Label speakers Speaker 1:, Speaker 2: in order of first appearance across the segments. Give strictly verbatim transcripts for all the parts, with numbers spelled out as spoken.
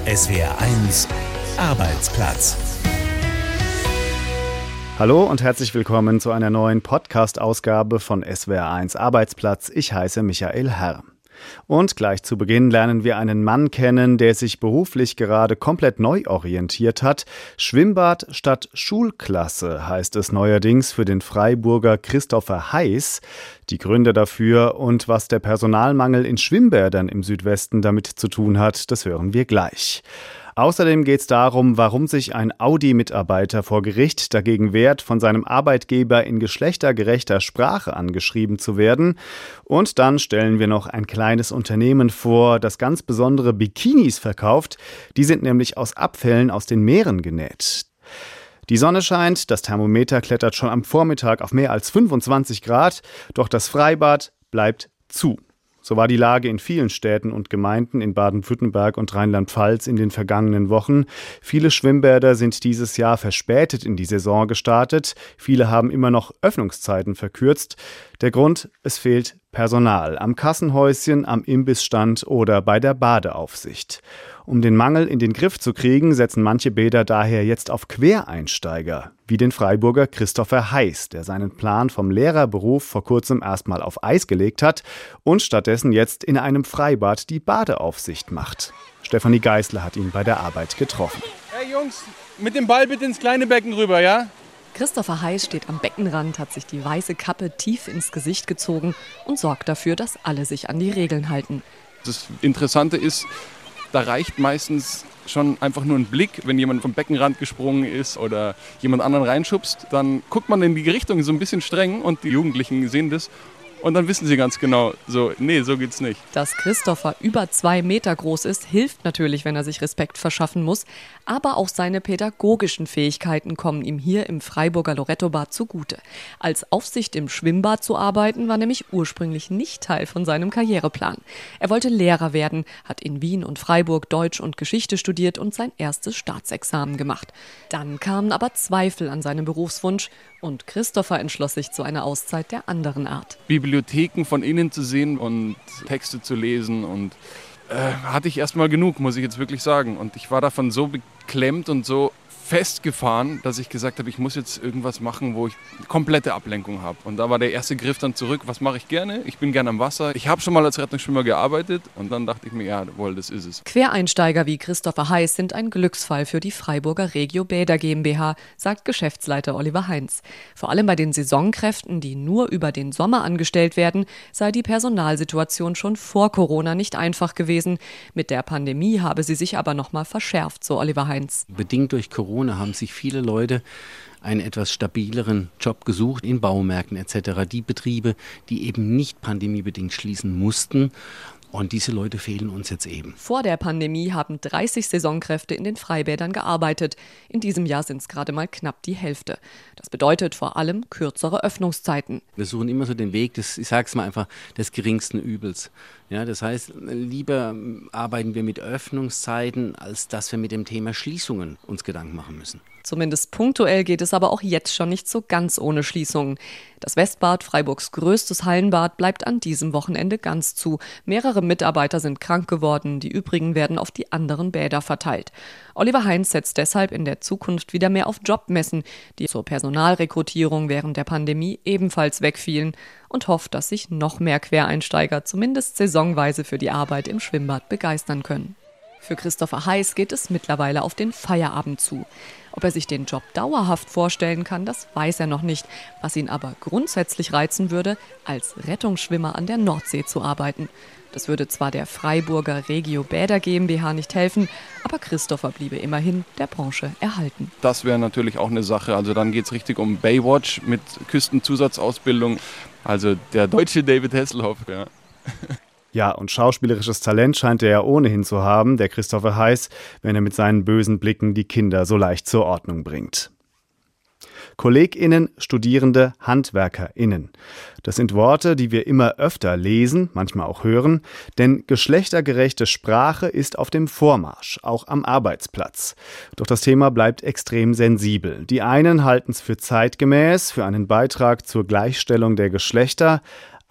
Speaker 1: S W R eins Arbeitsplatz.
Speaker 2: Hallo und herzlich willkommen zu einer neuen Podcast-Ausgabe von S W R eins Arbeitsplatz. Ich heiße Michael Herr. Und gleich zu Beginn lernen wir einen Mann kennen, der sich beruflich gerade komplett neu orientiert hat. Schwimmbad statt Schulklasse heißt es neuerdings für den Freiburger Christopher Heiß. Die Gründe dafür und was der Personalmangel in Schwimmbädern im Südwesten damit zu tun hat, das hören wir gleich. Außerdem geht es darum, warum sich ein Audi-Mitarbeiter vor Gericht dagegen wehrt, von seinem Arbeitgeber in geschlechtergerechter Sprache angeschrieben zu werden. Und dann stellen wir noch ein kleines Unternehmen vor, das ganz besondere Bikinis verkauft. Die sind nämlich aus Abfällen aus den Meeren genäht. Die Sonne scheint, das Thermometer klettert schon am Vormittag auf mehr als fünfundzwanzig Grad, doch das Freibad bleibt zu. So war die Lage in vielen Städten und Gemeinden in Baden-Württemberg und Rheinland-Pfalz in den vergangenen Wochen. Viele Schwimmbäder sind dieses Jahr verspätet in die Saison gestartet. Viele haben immer noch Öffnungszeiten verkürzt. Der Grund: es fehlt Personal am Kassenhäuschen, am Imbissstand oder bei der Badeaufsicht. Um den Mangel in den Griff zu kriegen, setzen manche Bäder daher jetzt auf Quereinsteiger, wie den Freiburger Christopher Heiß, der seinen Plan vom Lehrerberuf vor kurzem erstmal auf Eis gelegt hat und stattdessen jetzt in einem Freibad die Badeaufsicht macht. Stefanie Geißler hat ihn bei der Arbeit getroffen.
Speaker 3: Hey Jungs, mit dem Ball bitte ins kleine Becken rüber, ja?
Speaker 4: Christopher Heiß steht am Beckenrand, hat sich die weiße Kappe tief ins Gesicht gezogen und sorgt dafür, dass alle sich an die Regeln halten.
Speaker 3: Das Interessante ist, da reicht meistens schon einfach nur ein Blick, wenn jemand vom Beckenrand gesprungen ist oder jemand anderen reinschubst, dann guckt man in die Richtung so ein bisschen streng und die Jugendlichen sehen das. Und dann wissen sie ganz genau, so, nee, so geht's nicht.
Speaker 4: Dass Christopher über zwei Meter groß ist, hilft natürlich, wenn er sich Respekt verschaffen muss. Aber auch seine pädagogischen Fähigkeiten kommen ihm hier im Freiburger Lorettobad zugute. Als Aufsicht im Schwimmbad zu arbeiten, war nämlich ursprünglich nicht Teil von seinem Karriereplan. Er wollte Lehrer werden, hat in Wien und Freiburg Deutsch und Geschichte studiert und sein erstes Staatsexamen gemacht. Dann kamen aber Zweifel an seinem Berufswunsch und Christopher entschloss sich zu einer Auszeit der anderen Art.
Speaker 3: Bibliotheken von innen zu sehen und Texte zu lesen und äh, hatte ich erstmal genug, muss ich jetzt wirklich sagen. Und ich war davon so beklemmt und so festgefahren, dass ich gesagt habe, ich muss jetzt irgendwas machen, wo ich komplette Ablenkung habe. Und da war der erste Griff dann zurück, was mache ich gerne? Ich bin gerne am Wasser. Ich habe schon mal als Rettungsschwimmer gearbeitet und dann dachte ich mir, ja, wohl, das ist es.
Speaker 4: Quereinsteiger wie Christopher Heiß sind ein Glücksfall für die Freiburger Regio Bäder GmbH, sagt Geschäftsleiter Oliver Heinz. Vor allem bei den Saisonkräften, die nur über den Sommer angestellt werden, sei die Personalsituation schon vor Corona nicht einfach gewesen. Mit der Pandemie habe sie sich aber noch mal verschärft, so Oliver Heinz.
Speaker 5: Bedingt durch Corona haben sich viele Leute einen etwas stabileren Job gesucht in Baumärkten et cetera. Die Betriebe, die eben nicht pandemiebedingt schließen mussten. Und diese Leute fehlen uns jetzt eben.
Speaker 4: Vor der Pandemie haben dreißig Saisonkräfte in den Freibädern gearbeitet. In diesem Jahr sind es gerade mal knapp die Hälfte. Das bedeutet vor allem kürzere Öffnungszeiten.
Speaker 5: Wir suchen immer so den Weg des, ich sage es mal einfach, des geringsten Übels. Ja, das heißt, lieber arbeiten wir mit Öffnungszeiten, als dass wir mit dem Thema Schließungen uns Gedanken machen müssen.
Speaker 4: Zumindest punktuell geht es aber auch jetzt schon nicht so ganz ohne Schließungen. Das Westbad, Freiburgs größtes Hallenbad, bleibt an diesem Wochenende ganz zu. Mehrere Mitarbeiter sind krank geworden, die übrigen werden auf die anderen Bäder verteilt. Oliver Heinz setzt deshalb in der Zukunft wieder mehr auf Jobmessen, die zur Personalrekrutierung während der Pandemie ebenfalls wegfielen, und hofft, dass sich noch mehr Quereinsteiger zumindest saisonweise für die Arbeit im Schwimmbad begeistern können. Für Christopher Heiß geht es mittlerweile auf den Feierabend zu. Ob er sich den Job dauerhaft vorstellen kann, das weiß er noch nicht. Was ihn aber grundsätzlich reizen würde, als Rettungsschwimmer an der Nordsee zu arbeiten. Das würde zwar der Freiburger Regio Bäder GmbH nicht helfen, aber Christopher bliebe immerhin der Branche erhalten.
Speaker 3: Das wäre natürlich auch eine Sache. Also dann geht es richtig um Baywatch mit Küstenzusatzausbildung. Also der deutsche David Hasselhoff, ja.
Speaker 2: Ja, und schauspielerisches Talent scheint er ja ohnehin zu haben, der Christopher Heiß, wenn er mit seinen bösen Blicken die Kinder so leicht zur Ordnung bringt. KollegInnen, Studierende, HandwerkerInnen. Das sind Worte, die wir immer öfter lesen, manchmal auch hören, denn geschlechtergerechte Sprache ist auf dem Vormarsch, auch am Arbeitsplatz. Doch das Thema bleibt extrem sensibel. Die einen halten es für zeitgemäß, für einen Beitrag zur Gleichstellung der Geschlechter.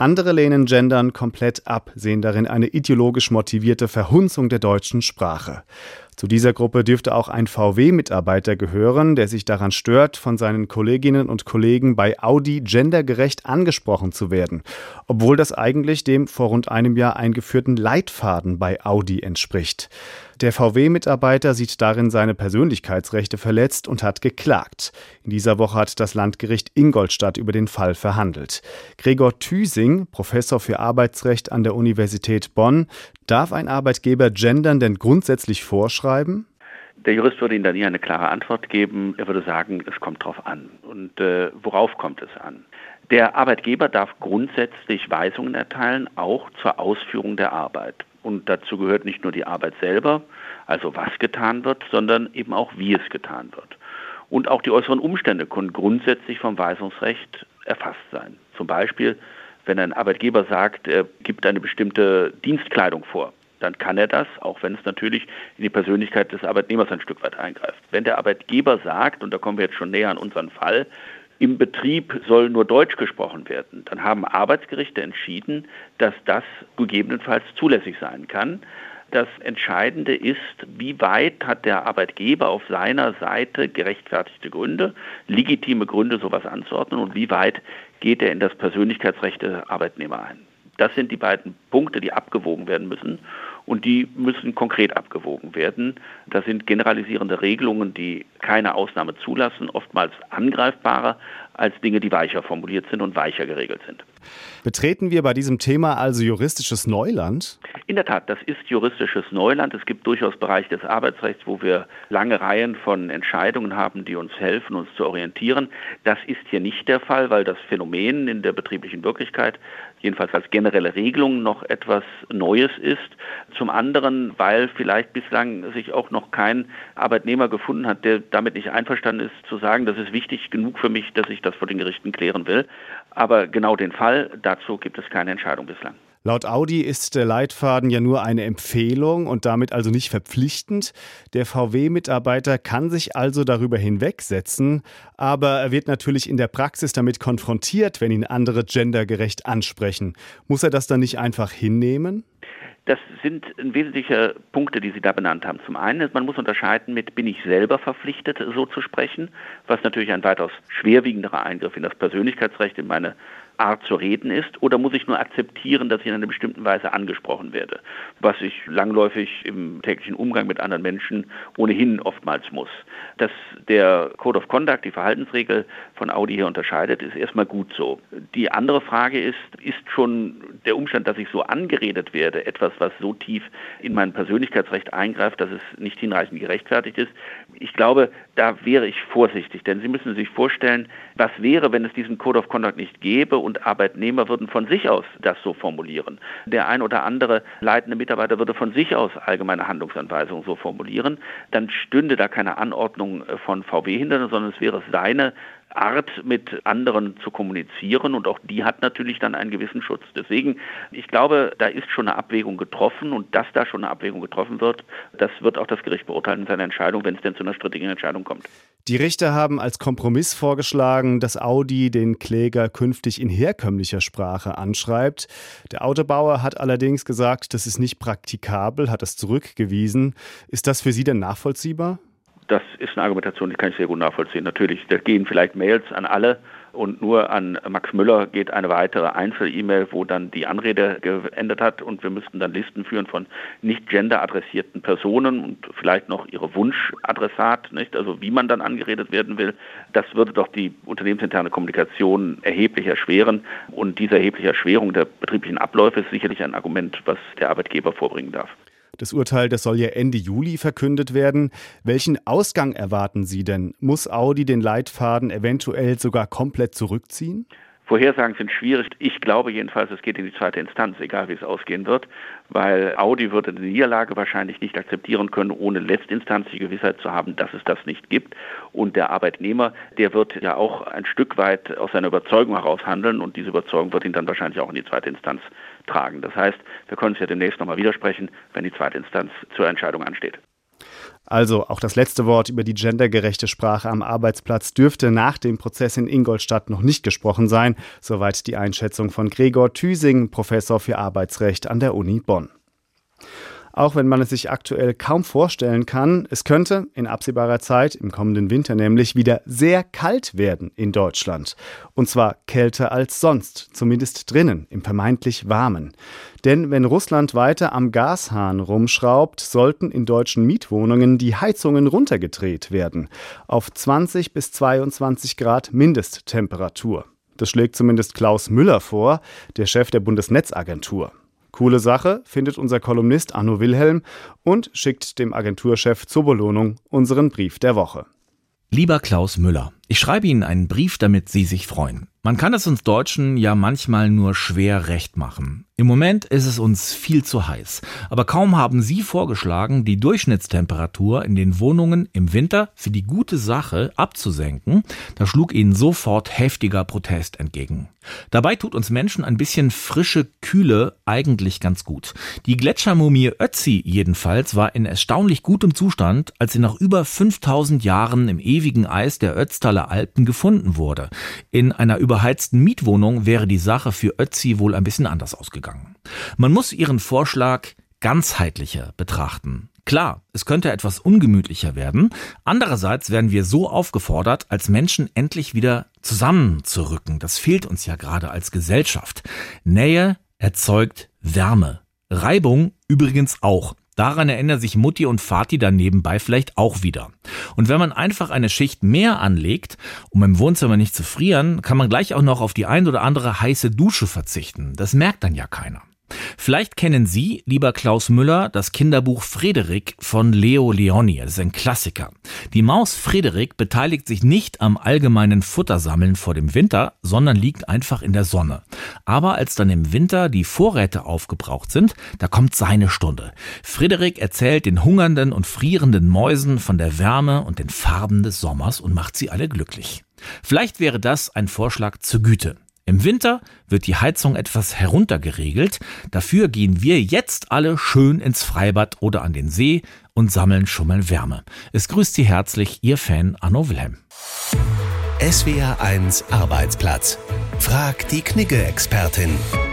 Speaker 2: Andere lehnen Gendern komplett ab, sehen darin eine ideologisch motivierte Verhunzung der deutschen Sprache. Zu dieser Gruppe dürfte auch ein V W-Mitarbeiter gehören, der sich daran stört, von seinen Kolleginnen und Kollegen bei Audi gendergerecht angesprochen zu werden, obwohl das eigentlich dem vor rund einem Jahr eingeführten Leitfaden bei Audi entspricht. Der V W-Mitarbeiter sieht darin seine Persönlichkeitsrechte verletzt und hat geklagt. In dieser Woche hat das Landgericht Ingolstadt über den Fall verhandelt. Gregor Thüsing, Professor für Arbeitsrecht an der Universität Bonn: Darf ein Arbeitgeber Gendern denn grundsätzlich vorschreiben?
Speaker 6: Der Jurist würde Ihnen da nie eine klare Antwort geben. Er würde sagen, es kommt drauf an. Und äh, worauf kommt es an? Der Arbeitgeber darf grundsätzlich Weisungen erteilen, auch zur Ausführung der Arbeit. Und dazu gehört nicht nur die Arbeit selber, also was getan wird, sondern eben auch, wie es getan wird. Und auch die äußeren Umstände können grundsätzlich vom Weisungsrecht erfasst sein. Zum Beispiel, wenn ein Arbeitgeber sagt, er gibt eine bestimmte Dienstkleidung vor, dann kann er das, auch wenn es natürlich in die Persönlichkeit des Arbeitnehmers ein Stück weit eingreift. Wenn der Arbeitgeber sagt, und da kommen wir jetzt schon näher an unseren Fall, im Betrieb soll nur Deutsch gesprochen werden, dann haben Arbeitsgerichte entschieden, dass das gegebenenfalls zulässig sein kann. Das Entscheidende ist, wie weit hat der Arbeitgeber auf seiner Seite gerechtfertigte Gründe, legitime Gründe, sowas anzuordnen, und wie weit geht er in das Persönlichkeitsrecht der Arbeitnehmer ein. Das sind die beiden Punkte, die abgewogen werden müssen, und die müssen konkret abgewogen werden. Das sind generalisierende Regelungen, die keine Ausnahme zulassen, oftmals angreifbarer als Dinge, die weicher formuliert sind und weicher geregelt sind.
Speaker 2: Betreten wir bei diesem Thema also juristisches Neuland?
Speaker 6: In der Tat, das ist juristisches Neuland. Es gibt durchaus Bereiche des Arbeitsrechts, wo wir lange Reihen von Entscheidungen haben, die uns helfen, uns zu orientieren. Das ist hier nicht der Fall, weil das Phänomen in der betrieblichen Wirklichkeit jedenfalls als generelle Regelung noch etwas Neues ist. Zum anderen, weil vielleicht bislang sich auch noch kein Arbeitnehmer gefunden hat, der damit nicht einverstanden ist, zu sagen, das ist wichtig genug für mich, dass ich das vor den Gerichten klären will. Aber genau den Fall, dazu gibt es keine Entscheidung bislang.
Speaker 2: Laut Audi ist der Leitfaden ja nur eine Empfehlung und damit also nicht verpflichtend. Der V W-Mitarbeiter kann sich also darüber hinwegsetzen, aber er wird natürlich in der Praxis damit konfrontiert, wenn ihn andere gendergerecht ansprechen. Muss er das dann nicht einfach hinnehmen?
Speaker 6: Das sind wesentliche Punkte, die Sie da benannt haben. Zum einen ist, man muss unterscheiden mit, bin ich selber verpflichtet, so zu sprechen, was natürlich ein weitaus schwerwiegenderer Eingriff in das Persönlichkeitsrecht, in meine Art zu reden ist, oder muss ich nur akzeptieren, dass ich in einer bestimmten Weise angesprochen werde, was ich langläufig im täglichen Umgang mit anderen Menschen ohnehin oftmals muss. Dass der Code of Conduct, die Verhaltensregel von Audi hier unterscheidet, ist erstmal gut so. Die andere Frage ist, ist schon der Umstand, dass ich so angeredet werde, etwas, was so tief in mein Persönlichkeitsrecht eingreift, dass es nicht hinreichend gerechtfertigt ist? Ich glaube, da wäre ich vorsichtig, denn Sie müssen sich vorstellen, was wäre, wenn es diesen Code of Conduct nicht gäbe und Arbeitnehmer würden von sich aus das so formulieren. Der ein oder andere leitende Mitarbeiter würde von sich aus allgemeine Handlungsanweisungen so formulieren. Dann stünde da keine Anordnung von V W hinter, sondern es wäre seine Art, mit anderen zu kommunizieren, und auch die hat natürlich dann einen gewissen Schutz. Deswegen, ich glaube, da ist schon eine Abwägung getroffen, und dass da schon eine Abwägung getroffen wird, das wird auch das Gericht beurteilen in seiner Entscheidung, wenn es denn zu einer strittigen Entscheidung kommt.
Speaker 2: Die Richter haben als Kompromiss vorgeschlagen, dass Audi den Kläger künftig in herkömmlicher Sprache anschreibt. Der Autobauer hat allerdings gesagt, das ist nicht praktikabel, hat es zurückgewiesen. Ist das für Sie denn nachvollziehbar?
Speaker 6: Das ist eine Argumentation, die kann ich sehr gut nachvollziehen. Natürlich, da gehen vielleicht Mails an alle, und nur an Max Müller geht eine weitere Einzel-E-Mail, wo dann die Anrede geändert hat, und wir müssten dann Listen führen von nicht gender-adressierten Personen und vielleicht noch ihre Wunschadressat, nicht? Also wie man dann angeredet werden will. Das würde doch die unternehmensinterne Kommunikation erheblich erschweren, und diese erhebliche Erschwerung der betrieblichen Abläufe ist sicherlich ein Argument, was der Arbeitgeber vorbringen darf.
Speaker 2: Das Urteil, das soll ja Ende Juli verkündet werden. Welchen Ausgang erwarten Sie denn? Muss Audi den Leitfaden eventuell sogar komplett zurückziehen?
Speaker 6: Vorhersagen sind schwierig. Ich glaube jedenfalls, es geht in die zweite Instanz, egal wie es ausgehen wird, weil Audi würde die Niederlage wahrscheinlich nicht akzeptieren können, ohne Letztinstanz die Gewissheit zu haben, dass es das nicht gibt. Und der Arbeitnehmer, der wird ja auch ein Stück weit aus seiner Überzeugung heraus handeln, und diese Überzeugung wird ihn dann wahrscheinlich auch in die zweite Instanz tragen. Das heißt, wir können es ja demnächst nochmal widersprechen, wenn die zweite Instanz zur Entscheidung ansteht.
Speaker 2: Also auch das letzte Wort über die gendergerechte Sprache am Arbeitsplatz dürfte nach dem Prozess in Ingolstadt noch nicht gesprochen sein, soweit die Einschätzung von Gregor Thüsing, Professor für Arbeitsrecht an der Uni Bonn. Auch wenn man es sich aktuell kaum vorstellen kann, es könnte in absehbarer Zeit, im kommenden Winter nämlich, wieder sehr kalt werden in Deutschland. Und zwar kälter als sonst, zumindest drinnen, im vermeintlich Warmen. Denn wenn Russland weiter am Gashahn rumschraubt, sollten in deutschen Mietwohnungen die Heizungen runtergedreht werden. Auf zwanzig bis zweiundzwanzig Grad Mindesttemperatur. Das schlägt zumindest Klaus Müller vor, der Chef der Bundesnetzagentur. Coole Sache, findet unser Kolumnist Arno Wilhelm und schickt dem Agenturchef zur Belohnung unseren Brief der Woche.
Speaker 7: Lieber Klaus Müller, ich schreibe Ihnen einen Brief, damit Sie sich freuen. Man kann es uns Deutschen ja manchmal nur schwer recht machen. Im Moment ist es uns viel zu heiß. Aber kaum haben Sie vorgeschlagen, die Durchschnittstemperatur in den Wohnungen im Winter für die gute Sache abzusenken, da schlug Ihnen sofort heftiger Protest entgegen. Dabei tut uns Menschen ein bisschen frische Kühle eigentlich ganz gut. Die Gletschermumie Ötzi jedenfalls war in erstaunlich gutem Zustand, als sie nach über fünftausend Jahren im ewigen Eis der Ötztaler Alpen gefunden wurde. In einer überheizten Mietwohnung wäre die Sache für Ötzi wohl ein bisschen anders ausgegangen. Man muss ihren Vorschlag ganzheitlicher betrachten. Klar, es könnte etwas ungemütlicher werden. Andererseits werden wir so aufgefordert, als Menschen endlich wieder zusammenzurücken. Das fehlt uns ja gerade als Gesellschaft. Nähe erzeugt Wärme. Reibung übrigens auch. Daran erinnern sich Mutti und Vati dann nebenbei vielleicht auch wieder. Und wenn man einfach eine Schicht mehr anlegt, um im Wohnzimmer nicht zu frieren, kann man gleich auch noch auf die ein oder andere heiße Dusche verzichten. Das merkt dann ja keiner. Vielleicht kennen Sie, lieber Klaus Müller, das Kinderbuch Frederik von Leo Leoni. Das ist ein Klassiker. Die Maus Frederik beteiligt sich nicht am allgemeinen Futtersammeln vor dem Winter, sondern liegt einfach in der Sonne. Aber als dann im Winter die Vorräte aufgebraucht sind, da kommt seine Stunde. Frederik erzählt den hungernden und frierenden Mäusen von der Wärme und den Farben des Sommers und macht sie alle glücklich. Vielleicht wäre das ein Vorschlag zur Güte. Im Winter wird die Heizung etwas heruntergeregelt. Dafür gehen wir jetzt alle schön ins Freibad oder an den See und sammeln schon mal Wärme. Es grüßt Sie herzlich, Ihr Fan Arno Wilhelm.
Speaker 1: S W R eins Arbeitsplatz. Frag die Knigge-Expertin.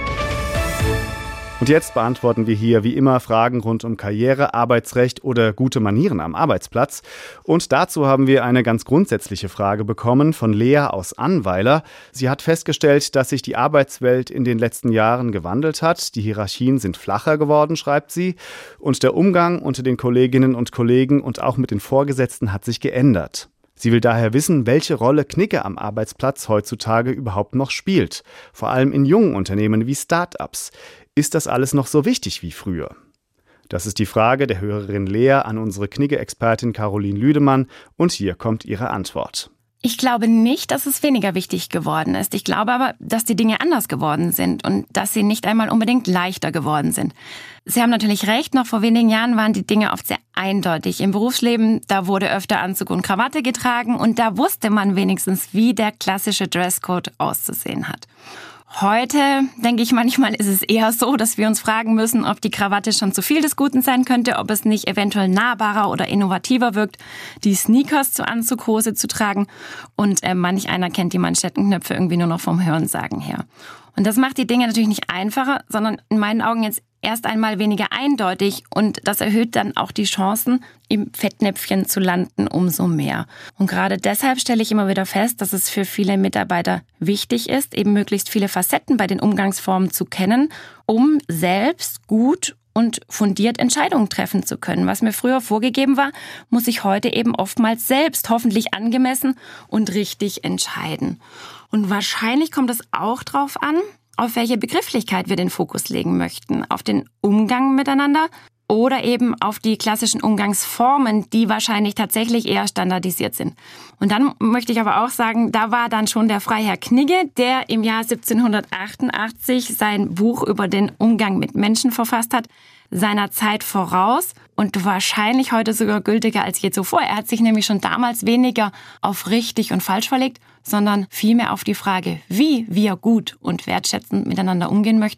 Speaker 2: Und jetzt beantworten wir hier wie immer Fragen rund um Karriere, Arbeitsrecht oder gute Manieren am Arbeitsplatz. Und dazu haben wir eine ganz grundsätzliche Frage bekommen von Lea aus Annweiler. Sie hat festgestellt, dass sich die Arbeitswelt in den letzten Jahren gewandelt hat. Die Hierarchien sind flacher geworden, schreibt sie. Und der Umgang unter den Kolleginnen und Kollegen und auch mit den Vorgesetzten hat sich geändert. Sie will daher wissen, welche Rolle Knigge am Arbeitsplatz heutzutage überhaupt noch spielt. Vor allem in jungen Unternehmen wie Start-ups. Ist das alles noch so wichtig wie früher? Das ist die Frage der Hörerin Lea an unsere Knigge-Expertin Caroline Lüdemann und hier kommt ihre Antwort.
Speaker 8: Ich glaube nicht, dass es weniger wichtig geworden ist. Ich glaube aber, dass die Dinge anders geworden sind und dass sie nicht einmal unbedingt leichter geworden sind. Sie haben natürlich recht, noch vor wenigen Jahren waren die Dinge oft sehr eindeutig. Im Berufsleben, da wurde öfter Anzug und Krawatte getragen und da wusste man wenigstens, wie der klassische Dresscode auszusehen hat. Heute, denke ich, manchmal ist es eher so, dass wir uns fragen müssen, ob die Krawatte schon zu viel des Guten sein könnte, ob es nicht eventuell nahbarer oder innovativer wirkt, die Sneakers zur Anzughose zu tragen. Und äh, manch einer kennt die Manschettenknöpfe irgendwie nur noch vom Hörensagen her. Und das macht die Dinge natürlich nicht einfacher, sondern in meinen Augen jetzt erst einmal weniger eindeutig und das erhöht dann auch die Chancen, im Fettnäpfchen zu landen, umso mehr. Und gerade deshalb stelle ich immer wieder fest, dass es für viele Mitarbeiter wichtig ist, eben möglichst viele Facetten bei den Umgangsformen zu kennen, um selbst gut und fundiert Entscheidungen treffen zu können. Was mir früher vorgegeben war, muss ich heute eben oftmals selbst hoffentlich angemessen und richtig entscheiden. Und wahrscheinlich kommt es auch drauf an, auf welche Begrifflichkeit wir den Fokus legen möchten. Auf den Umgang miteinander oder eben auf die klassischen Umgangsformen, die wahrscheinlich tatsächlich eher standardisiert sind. Und dann möchte ich aber auch sagen, da war dann schon der Freiherr Knigge, der im Jahr siebzehnhundertachtundachtzig sein Buch über den Umgang mit Menschen verfasst hat, seiner Zeit voraus und wahrscheinlich heute sogar gültiger als je zuvor. Er hat sich nämlich schon damals weniger auf richtig und falsch verlegt, sondern vielmehr auf die Frage, wie wir gut und wertschätzend miteinander umgehen möchten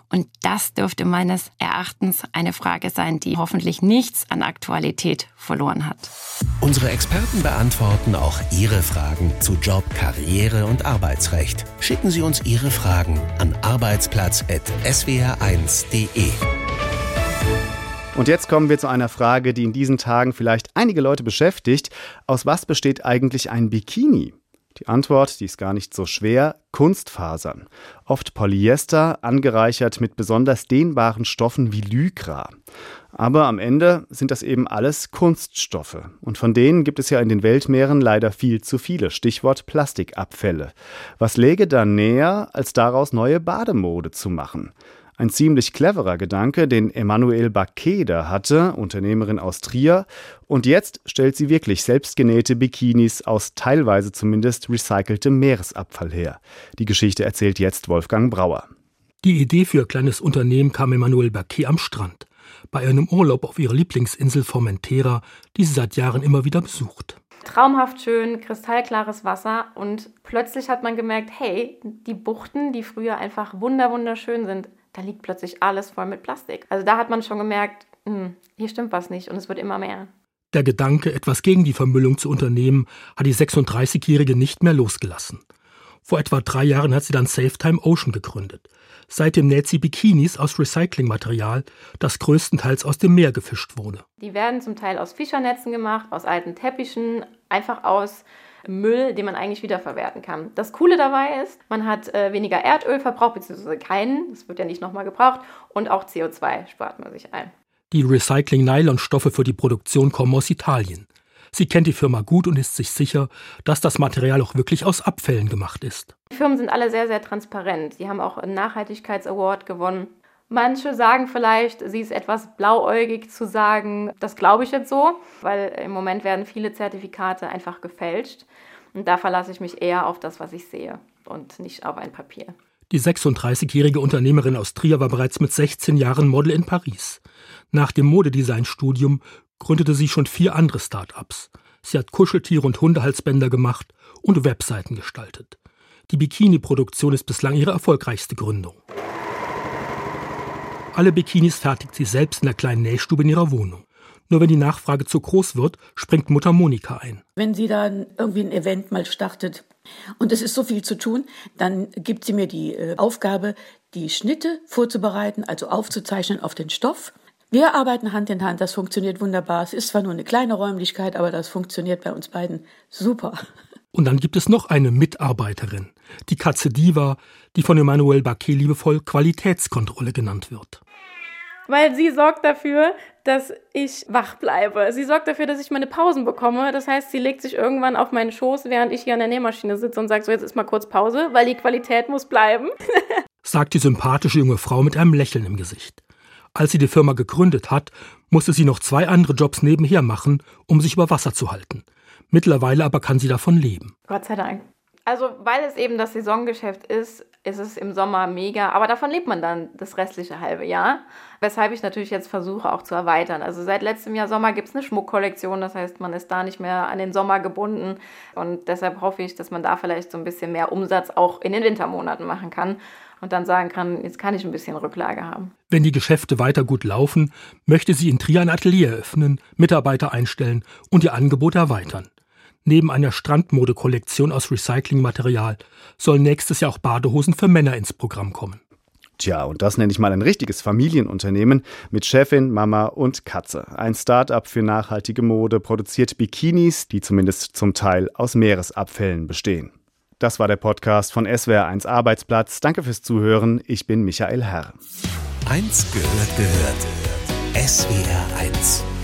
Speaker 8: Und das dürfte meines Erachtens eine Frage sein, die hoffentlich nichts an Aktualität verloren hat.
Speaker 1: Unsere Experten beantworten auch Ihre Fragen zu Job, Karriere und Arbeitsrecht. Schicken Sie uns Ihre Fragen an arbeitsplatz punkt s w r eins punkt d e.
Speaker 2: Und jetzt kommen wir zu einer Frage, die in diesen Tagen vielleicht einige Leute beschäftigt. Aus was besteht eigentlich ein Bikini? Die Antwort, die ist gar nicht so schwer: Kunstfasern. Oft Polyester, angereichert mit besonders dehnbaren Stoffen wie Lycra. Aber am Ende sind das eben alles Kunststoffe. Und von denen gibt es ja in den Weltmeeren leider viel zu viele. Stichwort Plastikabfälle. Was läge da näher, als daraus neue Bademode zu machen? Ein ziemlich cleverer Gedanke, den Emmanuelle Baqueda hatte, Unternehmerin aus Trier. Und jetzt stellt sie wirklich selbstgenähte Bikinis aus teilweise zumindest recyceltem Meeresabfall her. Die Geschichte erzählt jetzt Wolfgang Brauer.
Speaker 9: Die Idee für ihr kleines Unternehmen kam Emmanuelle Baqueda am Strand, bei einem Urlaub auf ihrer Lieblingsinsel Formentera, die sie seit Jahren immer wieder besucht.
Speaker 10: Traumhaft schön, kristallklares Wasser und plötzlich hat man gemerkt, hey, die Buchten, die früher einfach wunder wunderschön sind, da liegt plötzlich alles voll mit Plastik. Also da hat man schon gemerkt, hm, hier stimmt was nicht und es wird immer mehr.
Speaker 9: Der Gedanke, etwas gegen die Vermüllung zu unternehmen, hat die sechsunddreißigjährige nicht mehr losgelassen. Vor etwa drei Jahren hat sie dann Safetime Ocean gegründet. Seitdem näht sie Bikinis aus Recyclingmaterial, das größtenteils aus dem Meer gefischt wurde.
Speaker 10: Die werden zum Teil aus Fischernetzen gemacht, aus alten Teppichen, einfach aus Müll, den man eigentlich wiederverwerten kann. Das Coole dabei ist, man hat äh, weniger Erdölverbrauch, beziehungsweise keinen, das wird ja nicht nochmal gebraucht, und auch C O zwei spart man sich ein.
Speaker 9: Die Recycling-Nylon-Stoffe für die Produktion kommen aus Italien. Sie kennt die Firma gut und ist sich sicher, dass das Material auch wirklich aus Abfällen gemacht ist.
Speaker 10: Die Firmen sind alle sehr, sehr transparent. Die haben auch einen Nachhaltigkeits-Award gewonnen. Manche sagen vielleicht, sie ist etwas blauäugig zu sagen, das glaube ich jetzt so, weil im Moment werden viele Zertifikate einfach gefälscht. Und da verlasse ich mich eher auf das, was ich sehe und nicht auf ein Papier.
Speaker 9: Die sechsunddreißigjährige Unternehmerin aus Trier war bereits mit sechzehn Jahren Model in Paris. Nach dem Modedesign-Studium gründete sie schon vier andere Start-ups. Sie hat Kuscheltiere und Hundehalsbänder gemacht und Webseiten gestaltet. Die Bikini-Produktion ist bislang ihre erfolgreichste Gründung. Alle Bikinis fertigt sie selbst in der kleinen Nähstube in ihrer Wohnung. Nur wenn die Nachfrage zu groß wird, springt Mutter Monika ein.
Speaker 11: Wenn sie dann irgendwie ein Event mal startet und es ist so viel zu tun, dann gibt sie mir die äh, Aufgabe, die Schnitte vorzubereiten, also aufzuzeichnen auf den Stoff. Wir arbeiten Hand in Hand, das funktioniert wunderbar. Es ist zwar nur eine kleine Räumlichkeit, aber das funktioniert bei uns beiden super.
Speaker 9: Und dann gibt es noch eine Mitarbeiterin, die Katze Diva, die von Emmanuelle Baqueda liebevoll Qualitätskontrolle genannt wird.
Speaker 10: Weil sie sorgt dafür, dass ich wach bleibe. Sie sorgt dafür, dass ich meine Pausen bekomme. Das heißt, sie legt sich irgendwann auf meinen Schoß, während ich hier an der Nähmaschine sitze und sagt, so jetzt ist mal kurz Pause, weil die Qualität muss bleiben.
Speaker 9: Sagt die sympathische junge Frau mit einem Lächeln im Gesicht. Als sie die Firma gegründet hat, musste sie noch zwei andere Jobs nebenher machen, um sich über Wasser zu halten. Mittlerweile aber kann sie davon leben.
Speaker 10: Gott sei Dank. Also weil es eben das Saisongeschäft ist, ist es im Sommer mega, aber davon lebt man dann das restliche halbe Jahr. Weshalb ich natürlich jetzt versuche auch zu erweitern. Also seit letztem Jahr Sommer gibt es eine Schmuckkollektion, das heißt, man ist da nicht mehr an den Sommer gebunden und deshalb hoffe ich, dass man da vielleicht so ein bisschen mehr Umsatz auch in den Wintermonaten machen kann und dann sagen kann, jetzt kann ich ein bisschen Rücklage haben.
Speaker 9: Wenn die Geschäfte weiter gut laufen, möchte sie in Trier ein Atelier eröffnen, Mitarbeiter einstellen und ihr Angebot erweitern. Neben einer Strandmodekollektion aus Recyclingmaterial sollen nächstes Jahr auch Badehosen für Männer ins Programm kommen.
Speaker 2: Tja, und das nenne ich mal ein richtiges Familienunternehmen mit Chefin, Mama und Katze. Ein Start-up für nachhaltige Mode produziert Bikinis, die zumindest zum Teil aus Meeresabfällen bestehen. Das war der Podcast von S W R eins Arbeitsplatz. Danke fürs Zuhören. Ich bin Michael Herr.
Speaker 1: Eins gehört gehört. S W R eins.